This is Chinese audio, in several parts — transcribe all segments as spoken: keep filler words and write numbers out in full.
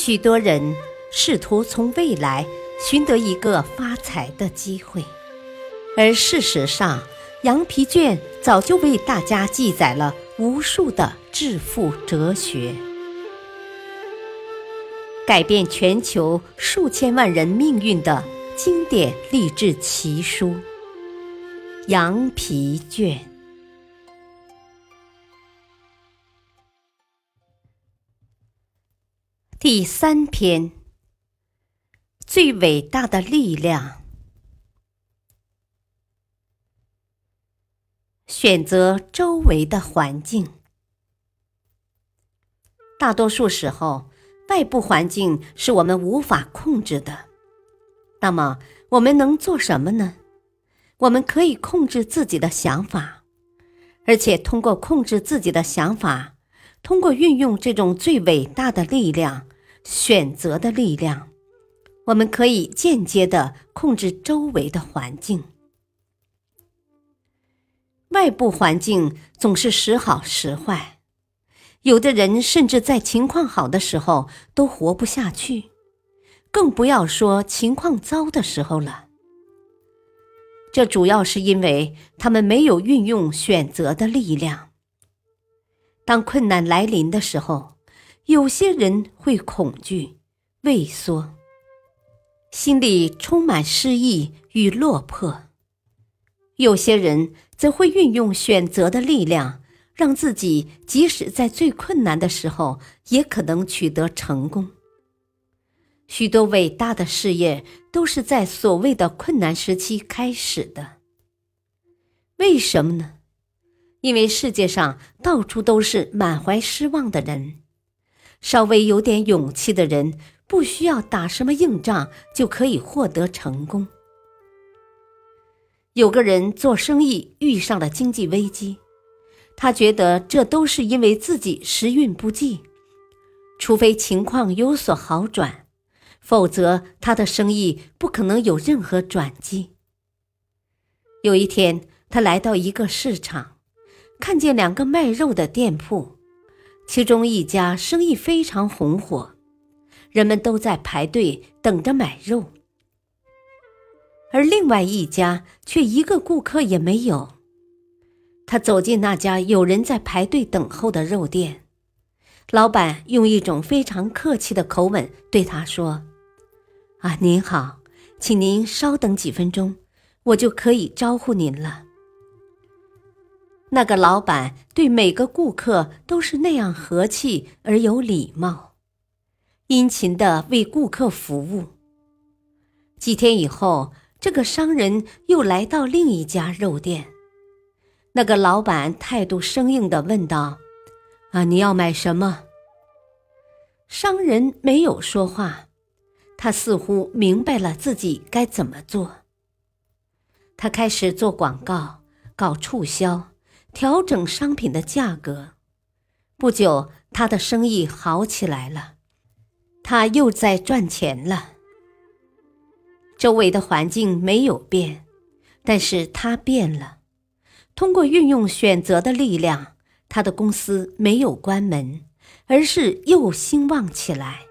许多人试图从未来寻得一个发财的机会，而事实上，羊皮卷早就为大家记载了无数的致富哲学，改变全球数千万人命运的经典励志奇书《羊皮卷》。第三篇，最伟大的力量。选择周围的环境。大多数时候，外部环境是我们无法控制的。那么，我们能做什么呢？我们可以控制自己的想法，而且通过控制自己的想法，通过运用这种最伟大的力量，选择的力量，我们可以间接地控制周围的环境。外部环境总是时好时坏，有的人甚至在情况好的时候都活不下去，更不要说情况糟的时候了。这主要是因为他们没有运用选择的力量。当困难来临的时候，有些人会恐惧、畏缩，心里充满失意与落魄；有些人则会运用选择的力量，让自己即使在最困难的时候，也可能取得成功。许多伟大的事业都是在所谓的困难时期开始的。为什么呢？因为世界上到处都是满怀失望的人，稍微有点勇气的人，不需要打什么硬仗就可以获得成功。有个人做生意遇上了经济危机，他觉得这都是因为自己时运不济，除非情况有所好转，否则他的生意不可能有任何转机。有一天，他来到一个市场，看见两个卖肉的店铺，其中一家生意非常红火，人们都在排队等着买肉，而另外一家却一个顾客也没有。他走进那家有人在排队等候的肉店，老板用一种非常客气的口吻对他说：啊，您好，请您稍等几分钟，我就可以招呼您了。那个老板对每个顾客都是那样和气而有礼貌，殷勤地为顾客服务。几天以后，这个商人又来到另一家肉店，那个老板态度生硬地问道：啊，你要买什么？商人没有说话，他似乎明白了自己该怎么做。他开始做广告，搞促销，调整商品的价格。不久，他的生意好起来了，他又在赚钱了。周围的环境没有变，但是他变了。通过运用选择的力量，他的公司没有关门，而是又兴旺起来。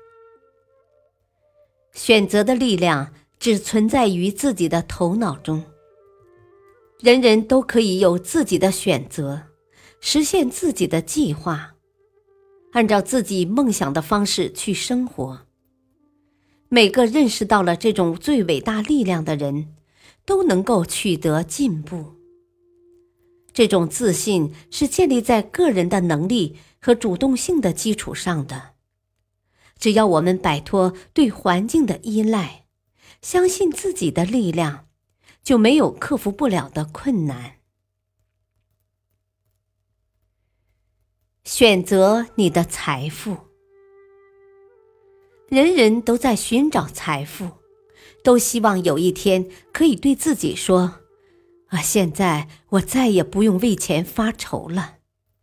选择的力量只存在于自己的头脑中。人人都可以有自己的选择，实现自己的计划，按照自己梦想的方式去生活。每个认识到了这种最伟大力量的人，都能够取得进步。这种自信是建立在个人的能力和主动性的基础上的。只要我们摆脱对环境的依赖，相信自己的力量，就没有克服不了的困难。选择你的财富。人人都在寻找财富，都希望有一天可以对自己说：啊，现在我再也不用为钱发愁了。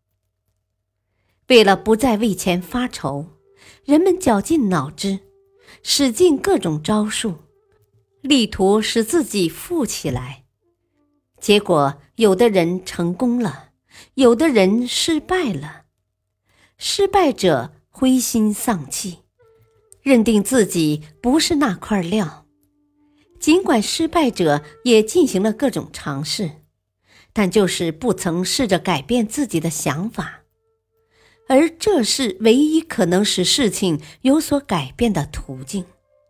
为了不再为钱发愁，人们绞尽脑汁，使尽各种招数，力图使自己富起来。结果，有的人成功了，有的人失败了。失败者灰心丧气， 认定自己不是那块料。尽管失败者也进行了各种尝试，但就是不曾试着改变自己的想法，而这是唯一可能使事情有所改变的途径。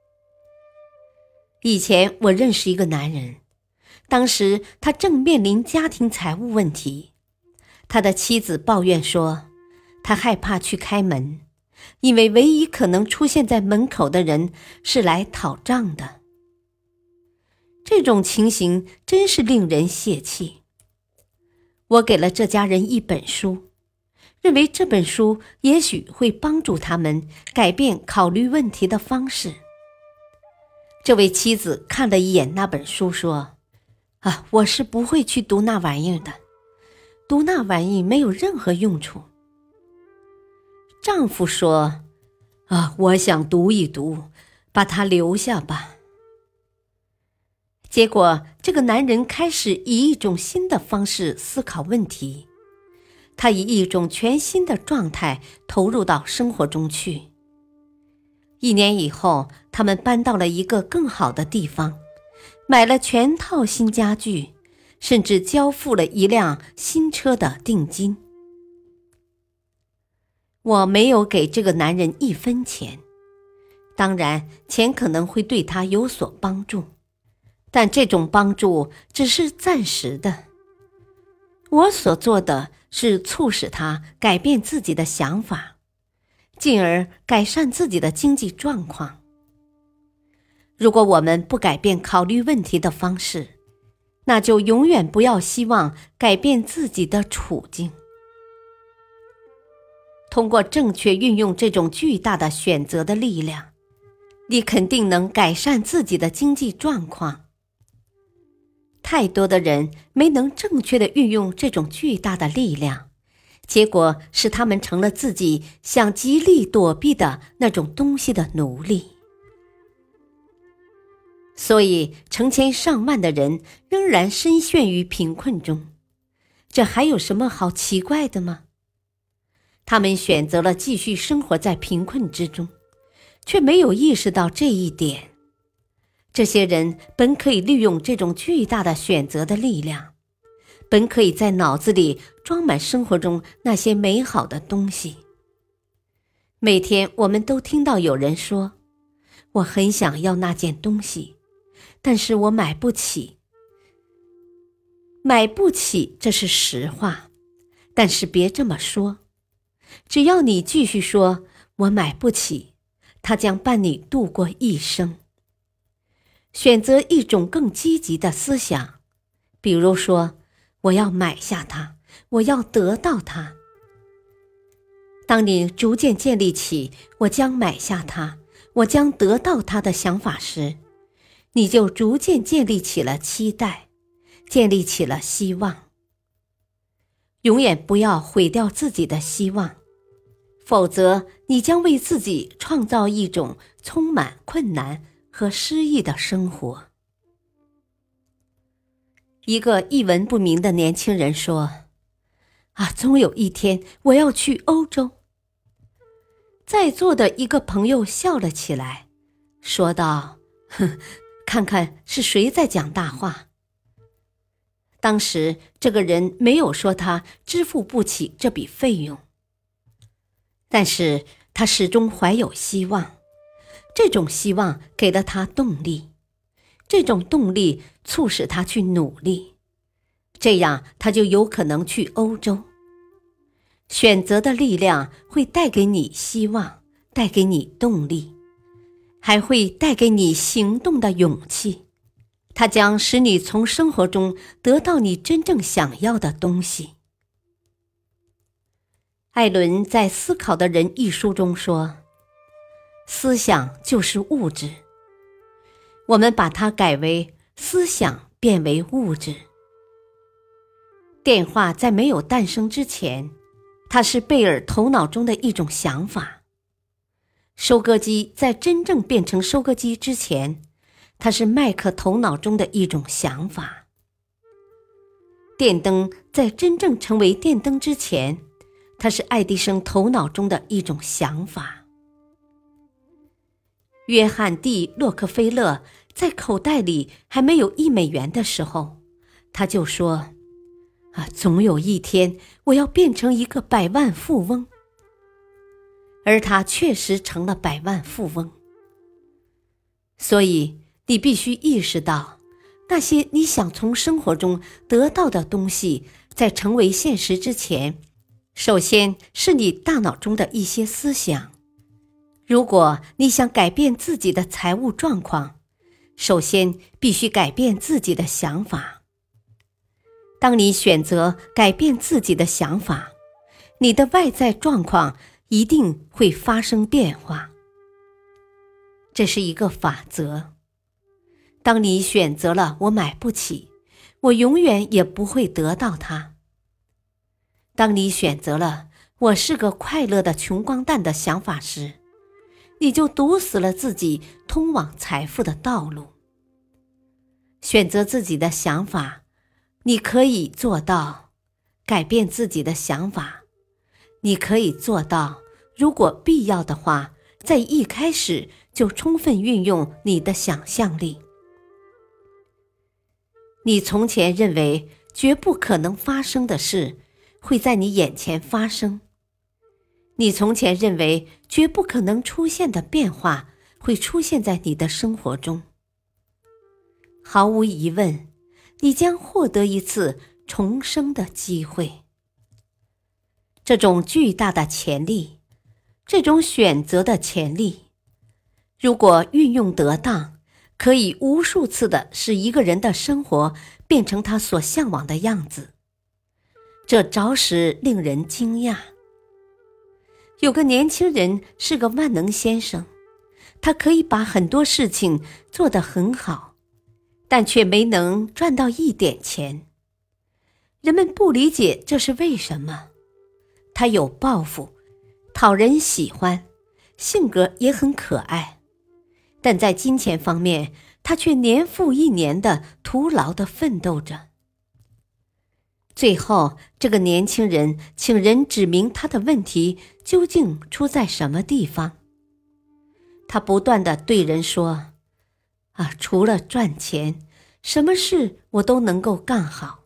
以前我认识一个男人，当时他正面临家庭财务问题，他的妻子抱怨说，他害怕去开门，因为唯一可能出现在门口的人是来讨账的。这种情形真是令人泄气。我给了这家人一本书，认为这本书也许会帮助他们改变考虑问题的方式。这位妻子看了一眼那本书说，啊，我是不会去读那玩意儿的，读那玩意没有任何用处。丈夫说，啊，我想读一读，把它留下吧。结果这个男人开始以一种新的方式思考问题，他以一种全新的状态投入到生活中去。一年以后，他们搬到了一个更好的地方，买了全套新家具，甚至交付了一辆新车的定金。我没有给这个男人一分钱，当然钱可能会对他有所帮助，但这种帮助只是暂时的。我所做的是促使他改变自己的想法，进而改善自己的经济状况。如果我们不改变考虑问题的方式，那就永远不要希望改变自己的处境。通过正确运用这种巨大的选择的力量，你肯定能改善自己的经济状况。太多的人没能正确地运用这种巨大的力量，结果使他们成了自己想极力躲避的那种东西的奴隶。所以成千上万的人仍然深陷于贫困中，这还有什么好奇怪的吗？他们选择了继续生活在贫困之中，却没有意识到这一点。这些人本可以利用这种巨大的选择的力量，本可以在脑子里装满生活中那些美好的东西。每天我们都听到有人说，我很想要那件东西，但是我买不起。买不起，这是实话，但是别这么说。只要你继续说我买不起，它将伴你度过一生。选择一种更积极的思想，比如说我要买下它，我要得到它。当你逐渐建立起我将买下它，我将得到它的想法时，你就逐渐建立起了期待，建立起了希望。永远不要毁掉自己的希望，否则你将为自己创造一种充满困难和失意的生活。一个一文不名的年轻人说，啊，终有一天我要去欧洲。在座的一个朋友笑了起来，说道，哼，看看是谁在讲大话。当时这个人没有说他支付不起这笔费用，但是他始终怀有希望，这种希望给了他动力，这种动力促使他去努力，这样他就有可能去欧洲。选择的力量会带给你希望，带给你动力，还会带给你行动的勇气。它将使你从生活中得到你真正想要的东西。艾伦在《思考的人》一书中说，思想就是物质，我们把它改为思想变为物质。电话在没有诞生之前，它是贝尔头脑中的一种想法。收割机在真正变成收割机之前，它是麦克头脑中的一种想法。电灯在真正成为电灯之前，它是爱迪生头脑中的一种想法。 约翰 ·D· 洛克菲勒在口袋里还没有一美元的时候，他就说：啊，总有一天我要变成一个百万富翁。而他确实成了百万富翁。所以你必须意识到，那些你想从生活中得到的东西，在成为现实之前，首先是你大脑中的一些思想。如果你想改变自己的财务状况，首先必须改变自己的想法。当你选择改变自己的想法，你的外在状况一定会发生变化。这是一个法则。当你选择了我买不起，我永远也不会得到它。当你选择了我是个快乐的穷光蛋的想法时，你就堵死了自己通往财富的道路。选择自己的想法，你可以做到改变自己的想法，你可以做到，如果必要的话，在一开始就充分运用你的想象力。你从前认为绝不可能发生的事，会在你眼前发生。你从前认为绝不可能出现的变化，会出现在你的生活中。毫无疑问，你将获得一次重生的机会。这种巨大的潜力，这种选择的潜力，如果运用得当，可以无数次地使一个人的生活变成他所向往的样子。这着实令人惊讶。有个年轻人是个万能先生，他可以把很多事情做得很好，但却没能赚到一点钱。人们不理解这是为什么。他有抱负，讨人喜欢，性格也很可爱，但在金钱方面，他却年复一年地徒劳地奋斗着。最后，这个年轻人请人指明他的问题究竟出在什么地方。他不断地对人说：啊，除了赚钱，什么事我都能够干好。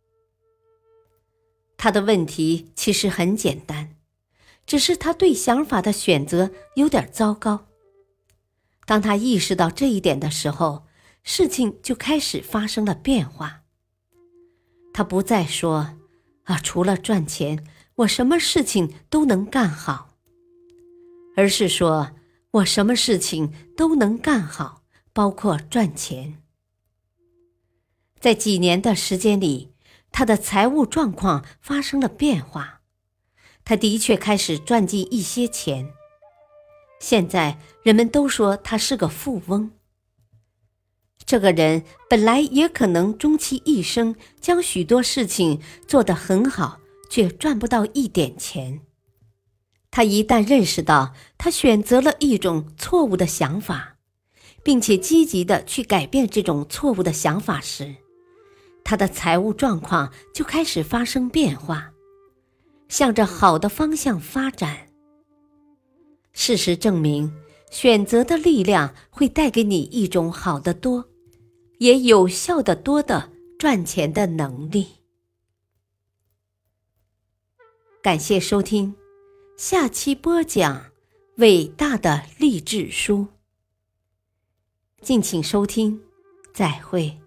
他的问题其实很简单，只是他对想法的选择有点糟糕。当他意识到这一点的时候，事情就开始发生了变化。他不再说：啊，除了赚钱，我什么事情都能干好，而是说：我什么事情都能干好，包括赚钱。在几年的时间里，他的财务状况发生了变化，他的确开始赚进一些钱。现在人们都说他是个富翁。这个人本来也可能终其一生将许多事情做得很好，却赚不到一点钱。他一旦认识到他选择了一种错误的想法，并且积极地去改变这种错误的想法时，他的财务状况就开始发生变化，向着好的方向发展。事实证明，选择的力量会带给你一种好得多，也有效得多的赚钱的能力。感谢收听，下期播讲伟大的励志书。敬请收听，再会。